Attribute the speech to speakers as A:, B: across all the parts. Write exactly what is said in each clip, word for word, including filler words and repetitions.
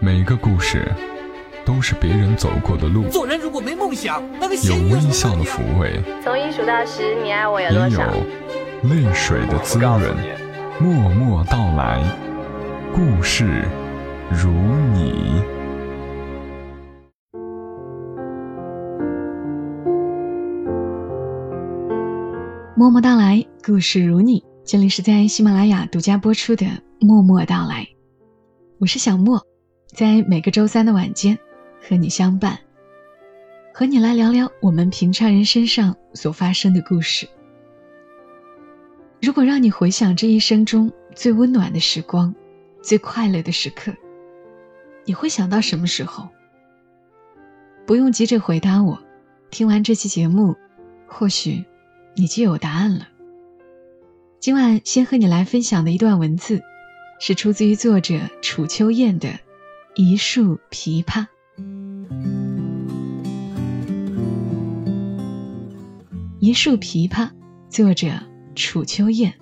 A: 每个故事都是别人走过的路，
B: 做人如果没梦想，那个
A: 有微笑的抚慰，
C: 从一数到十，你爱我有多少？
A: 也有泪水的滋润。默默到来，故事如你。
D: 默默到来，故事如你。这里是在喜马拉雅独家播出的默默到来，我是小莫，在每个周三的晚间和你相伴，和你来聊聊我们平常人身上所发生的故事。如果让你回想这一生中最温暖的时光，最快乐的时刻，你会想到什么时候？不用急着回答我，听完这期节目，或许你就有答案了。今晚先和你来分享的一段文字，是出自于作者楚秋燕的《一树枇杷》。一树枇杷，作者楚秋燕。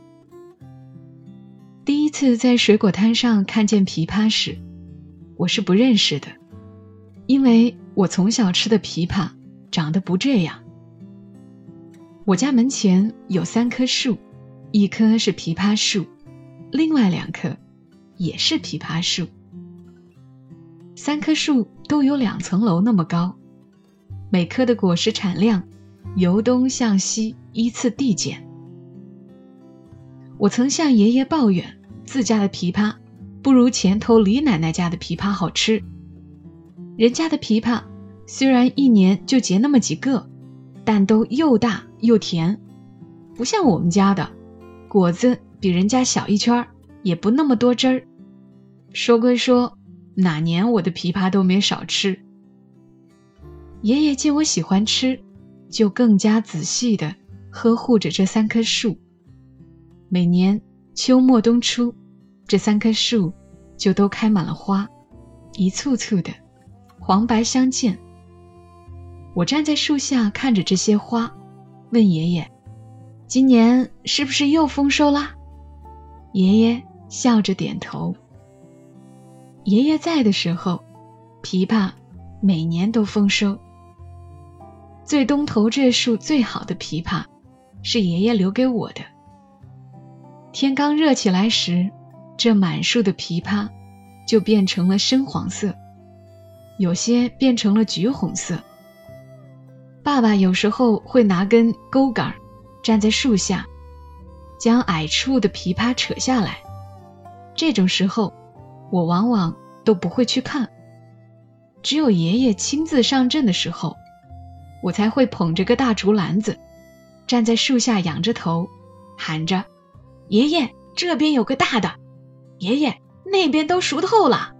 D: 第一次在水果摊上看见枇杷时，我是不认识的，因为我从小吃的枇杷长得不这样。我家门前有三棵树，一棵是枇杷树，另外两棵也是枇杷树。三棵树都有两层楼那么高，每棵的果实产量由东向西依次递减。我曾向爷爷抱怨自家的枇杷不如前头李奶奶家的枇杷好吃。人家的枇杷虽然一年就结那么几个，但都又大又甜，不像我们家的果子比人家小一圈，也不那么多汁儿。说归说，哪年我的枇杷都没少吃。爷爷见我喜欢吃，就更加仔细地呵护着这三棵树。每年秋末冬初，这三棵树就都开满了花，一簇簇的，黄白相间。我站在树下看着这些花，问爷爷，今年是不是又丰收啦？爷爷笑着点头。爷爷在的时候，枇杷每年都丰收。最东头这树最好的枇杷是爷爷留给我的。天刚热起来时，这满树的枇杷就变成了深黄色，有些变成了橘红色。爸爸有时候会拿根钩杆站在树下，将矮处的枇杷扯下来。这种时候我往往都不会去看，只有爷爷亲自上阵的时候，我才会捧着个大竹篮子，站在树下仰着头，喊着，爷爷，这边有个大的，爷爷，那边都熟透了。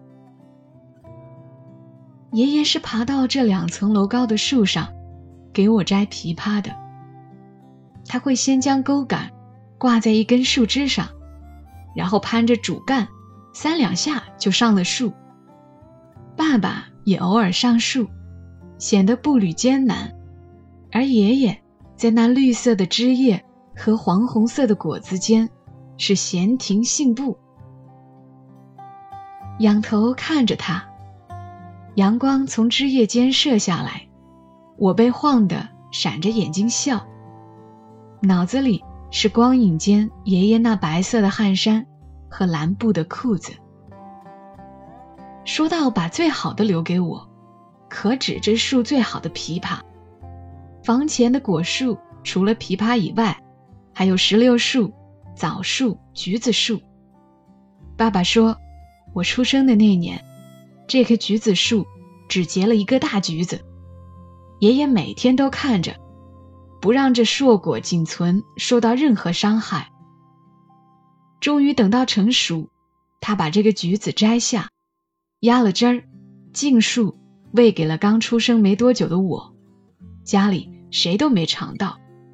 D: 爷爷是爬到这两层楼高的树上给我摘枇杷的。他会先将钩杆挂在一根树枝上，然后攀着主干，三两下就上了树。爸爸也偶尔上树，显得步履艰难，而爷爷在那绿色的枝叶和黄红色的果子间是闲庭信步。仰头看着他，阳光从枝叶间射下来，我被晃得闪着眼睛笑，脑子里是光影间爷爷那白色的汗衫和蓝布的裤子。说到把最好的留给我，可指这树最好的枇杷。房前的果树除了枇杷以外，还有石榴树、枣树、橘子树。爸爸说，我出生的那年，这棵橘子树只结了一个大橘子。爷爷每天都看着，不让这硕果仅存受到任何伤害。终于等到成熟，他把这个橘子摘下，压了汁儿，尽数喂给了刚出生没多久的我，家里谁都没尝到。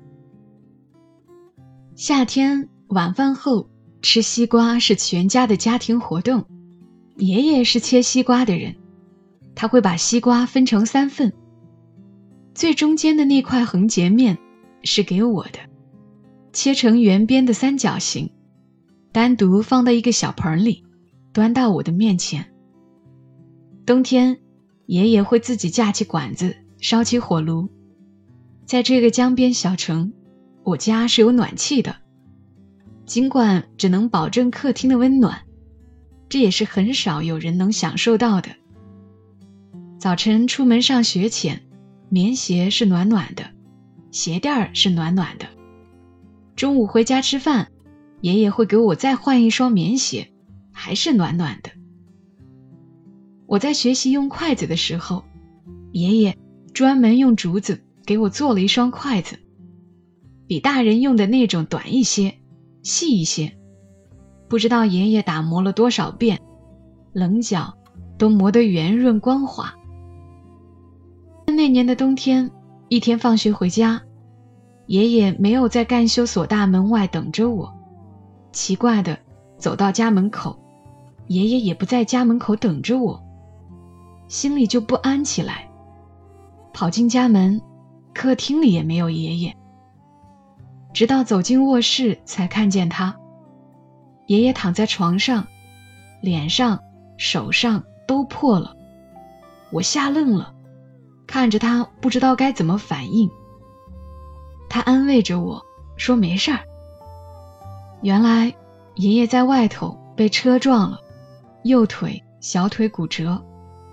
D: 夏天晚饭后吃西瓜是全家的家庭活动，爷爷是切西瓜的人，他会把西瓜分成三份，最中间的那块横截面是给我的，切成圆边的三角形，单独放到一个小盆里，端到我的面前。 冬天爷爷会自己架起管子，烧起火炉。在这个江边小城，我家是有暖气的，尽管只能保证客厅的温暖，这也是很少有人能享受到的。早晨出门上学前，棉鞋是暖暖的，鞋垫儿是暖暖的。中午回家吃饭，爷爷会给我再换一双棉鞋，还是暖暖的。我在学习用筷子的时候，爷爷专门用竹子给我做了一双筷子，比大人用的那种短一些，细一些。不知道爷爷打磨了多少遍，棱角都磨得圆润光滑。那年的冬天，一天放学回家，爷爷没有在干休所大门外等着我，奇怪的走到家门口，爷爷也不在家门口等着我，心里就不安起来。跑进家门，客厅里也没有爷爷，直到走进卧室才看见他。爷爷躺在床上，脸上手上都破了。我吓愣了，看着他不知道该怎么反应。他安慰着我说没事儿。原来爷爷在外头被车撞了，右腿小腿骨折，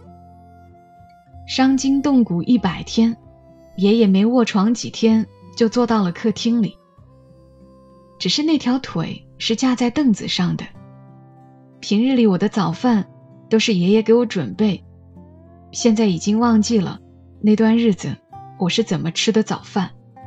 D: 伤筋动骨一百天，爷爷没卧床几天就坐到了客厅里。只是那条腿是架在凳子上的，平日里我的早饭都是爷爷给我准备，现在已经忘记了那段日子我是怎么吃的早饭。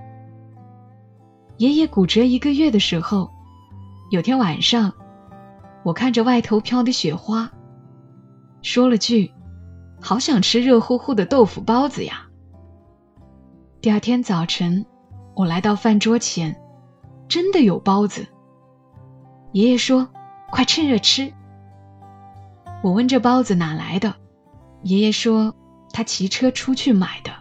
D: 爷爷骨折一个月的时候，有天晚上，我看着外头飘的雪花，说了句好想吃热乎乎的豆腐包子呀。第二天早晨，我来到饭桌前，真的有包子。爷爷说快趁热吃。我问这包子哪来的，爷爷说他骑车出去买的。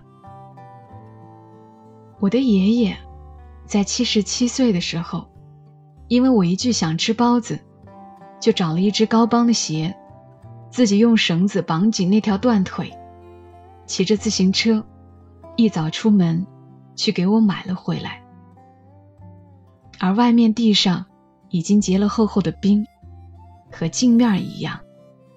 D: 我的爷爷在七十七岁的时候，因为我一句想吃包子，就找了一只高帮的鞋，自己用绳子绑紧那条断腿，骑着自行车一早出门去给我买了回来。而外面地上已经结了厚厚的冰，和镜面一样。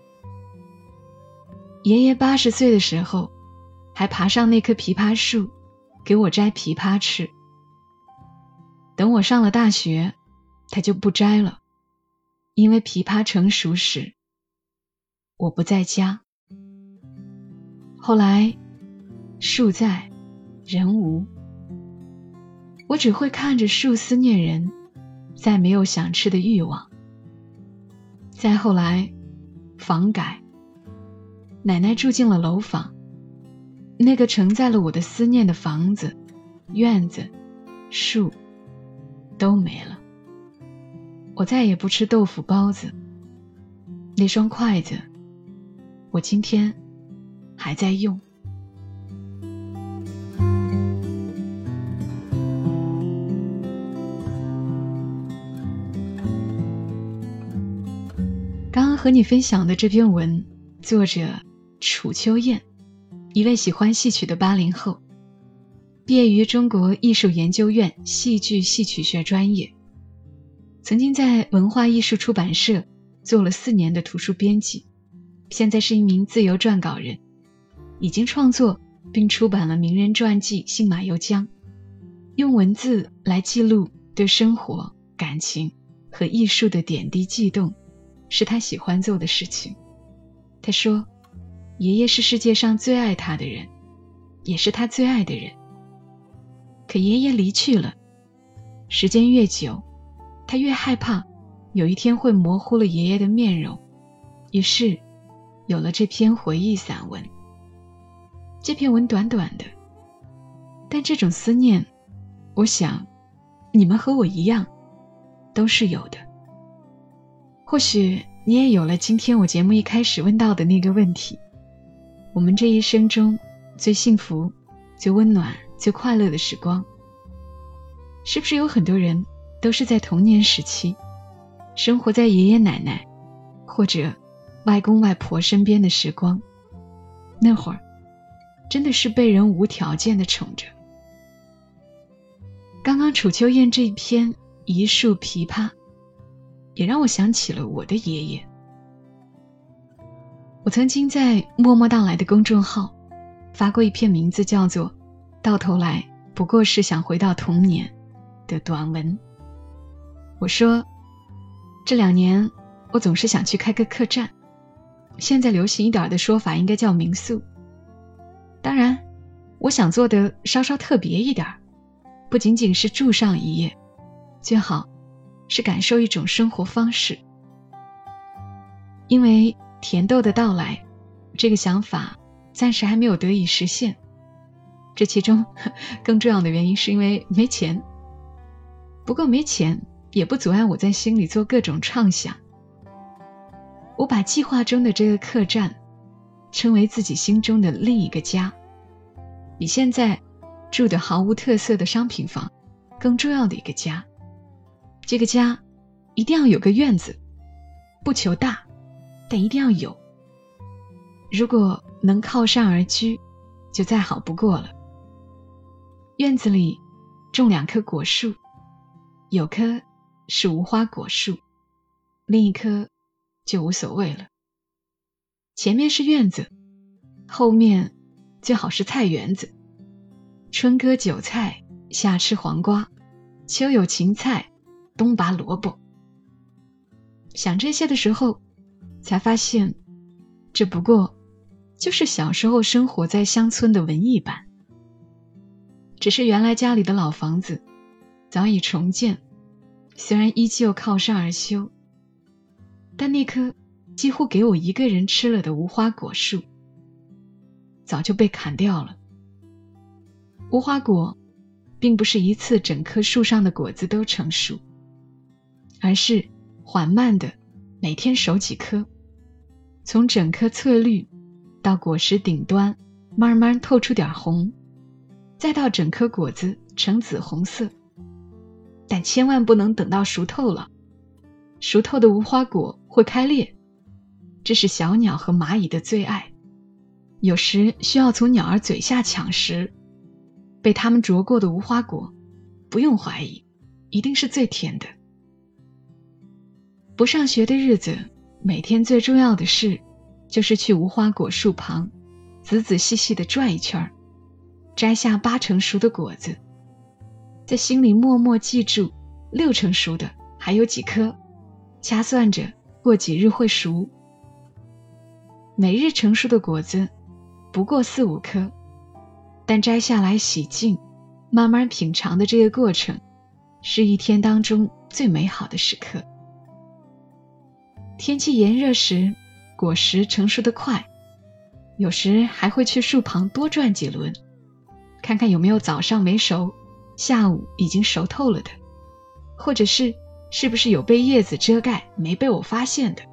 D: 爷爷八十岁的时候，还爬上那棵枇杷树给我摘枇杷吃。等我上了大学，他就不摘了，因为枇杷成熟时，我不在家。后来，树在，人无。我只会看着树思念人，再没有想吃的欲望。再后来，房改，奶奶住进了楼房，那个承载了我的思念的房子、院子、树都没了。我再也不吃豆腐包子，那双筷子我今天还在用。刚刚和你分享的这篇文，作者楚秋燕，一位喜欢戏曲的八零后，毕业于中国艺术研究院戏剧戏曲学专业，曾经在文化艺术出版社做了四年的图书编辑，现在是一名自由撰稿人，已经创作并出版了名人传记《信马由缰》，用文字来记录对生活、感情和艺术的点滴悸动，是他喜欢做的事情。他说，爷爷是世界上最爱他的人，也是他最爱的人。可爷爷离去了，时间越久，他越害怕有一天会模糊了爷爷的面容，于是有了这篇回忆散文。这篇文短短的，但这种思念，我想你们和我一样都是有的。或许你也有了今天我节目一开始问到的那个问题，我们这一生中最幸福、最温暖、最快乐的时光，是不是有很多人都是在童年时期生活在爷爷奶奶或者外公外婆身边的时光？ 那会儿真的是被人无条件的宠着。刚刚楚秋燕这一篇一树枇杷，也让我想起了我的爷爷。我曾经在默默到来的公众号发过一篇名字叫做到头来不过是想回到童年的短文。我说这两年我总是想去开个客栈，现在流行一点的说法应该叫民宿。当然我想做的稍稍特别一点，不仅仅是住上一夜，最好是感受一种生活方式。因为甜豆的到来，这个想法暂时还没有得以实现，这其中更重要的原因是因为没钱。不过没钱也不阻碍我在心里做各种畅想。我把计划中的这个客栈称为自己心中的另一个家，比现在住的毫无特色的商品房更重要的一个家。这个家一定要有个院子，不求大，但一定要有。如果能靠山而居，就再好不过了。院子里种两棵果树，有棵是无花果树，另一棵就无所谓了。前面是院子，后面最好是菜园子。春割韭菜，夏吃黄瓜，秋有芹菜，冬拔萝卜。想这些的时候，才发现这不过就是小时候生活在乡村的文艺版。只是原来家里的老房子早已重建，虽然依旧靠山而修，但那棵几乎给我一个人吃了的无花果树早就被砍掉了。无花果并不是一次整棵树上的果子都成熟，而是缓慢的每天熟几颗，从整颗翠绿到果实顶端慢慢透出点红，再到整颗果子呈紫红色。但千万不能等到熟透了，熟透的无花果会开裂，这是小鸟和蚂蚁的最爱，有时需要从鸟儿嘴下抢食。被它们啄过的无花果，不用怀疑，一定是最甜的。不上学的日子，每天最重要的事就是去无花果树旁仔仔细细地转一圈，摘下八成熟的果子，在心里默默记住六成熟的还有几颗，掐算着过几日会熟。每日成熟的果子不过四五颗，但摘下来洗净慢慢品尝的这个过程是一天当中最美好的时刻。天气炎热时，果实成熟得快，有时还会去树旁多转几轮，看看有没有早上没熟，下午已经熟透了的，或者是是不是有被叶子遮盖没被我发现的。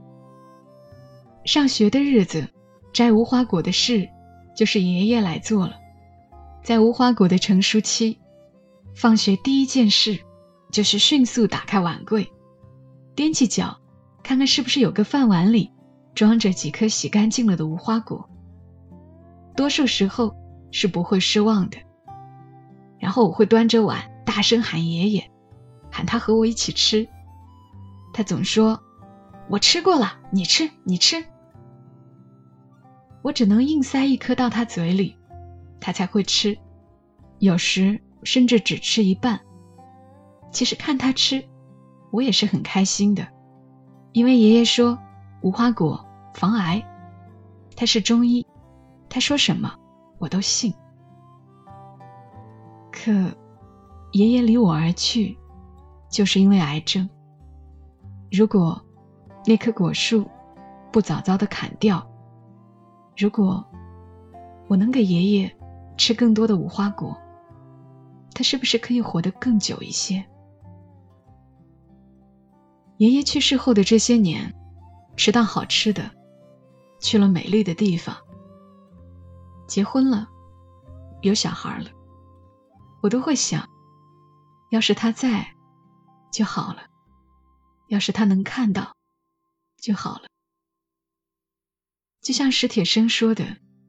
D: 上学的日子，摘无花果的事就是爷爷来做了。在无花果的成熟期，放学第一件事就是迅速打开碗柜，踮起脚看看是不是有个饭碗里装着几颗洗干净了的无花果。多数时候是不会失望的。然后我会端着碗大声喊爷爷，喊他和我一起吃。他总说，我吃过了，你吃你吃。我只能硬塞一颗到他嘴里，他才会吃，有时甚至只吃一半。其实看他吃，我也是很开心的，因为爷爷说无花果防癌，他是中医，他说什么我都信。可爷爷离我而去，就是因为癌症。如果那棵果树不早早的砍掉，如果我能给爷爷吃更多的无花果，他是不是可以活得更久一些？爷爷去世后的这些年，吃到好吃的，去了美丽的地方，结婚了，有小孩了，我都会想，要是他在就好了，要是他能看到就好了。就像史铁生说的，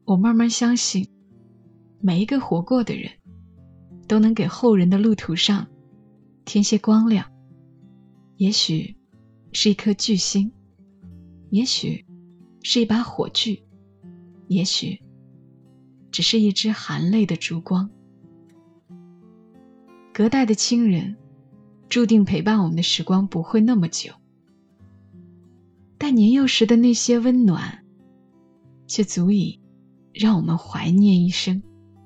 D: 我慢慢相信，每一个活过的人都能给后人的路途上添些光亮，也许是一颗巨星，也许是一把火炬，也许只是一支含泪的烛光。隔代的亲人注定陪伴我们的时光不会那么久，但年幼时的那些温暖却足以让我们怀念一生。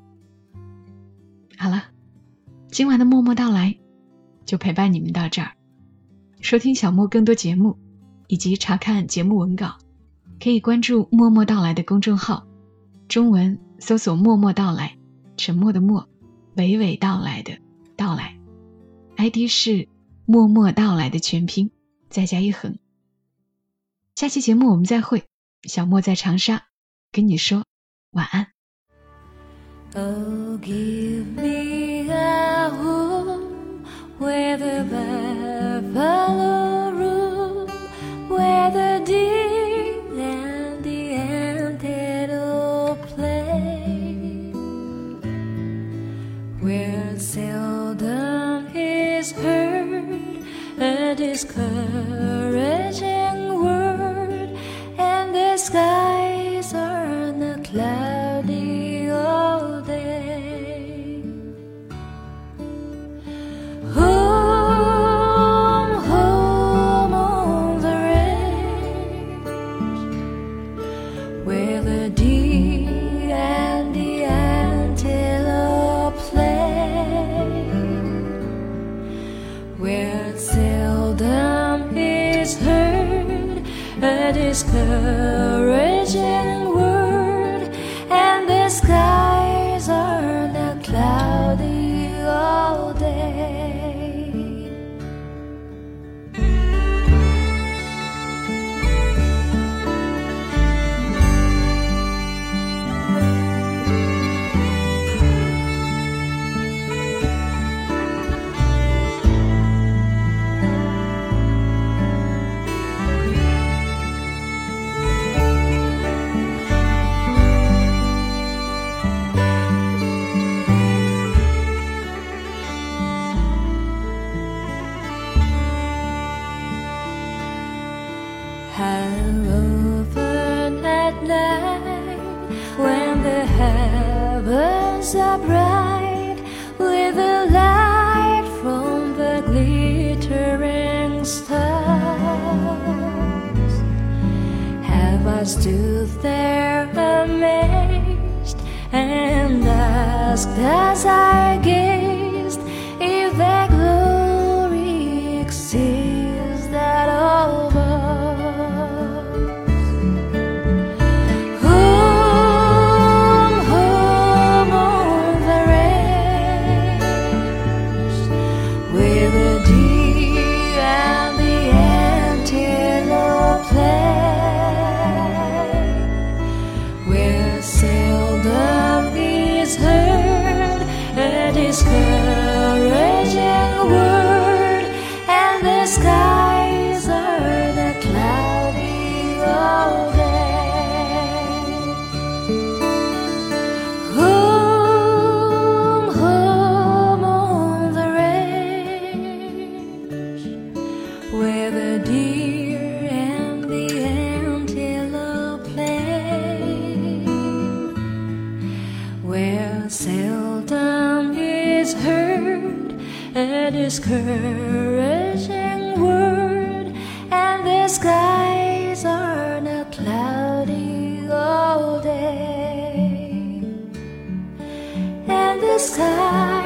D: 好了，今晚的默默到来就陪伴你们到这儿。收听小莫更多节目以及查看节目文稿，可以关注默默到来的公众号，中文搜索默默到来，沉默的默，娓娓道来的到来， I D 是默默到来的全拼再加一横。下期节目我们再会，小莫在长沙跟你说晚安。
E: Oh, give me a home where the buffalo roam, where the deer and the antelope play, where seldom is heard a discouraging word, and the skies are not cloudy all day. Home, home on the range, where the deer and the antelope play, where seldom is heard a discouraging word, and the skies are not cloudy all day. How often at night, when the heavens are bright with the light from the glittering stars, have I stood there amazed and asked as I gazed if that glory exceeds that of us. Discouraging word, and the skies are not cloudy all day. Home, home on the range, where the deer and the antelope play, where seldom is heard a discouraging word, and the skies are not cloudy all day, and the sky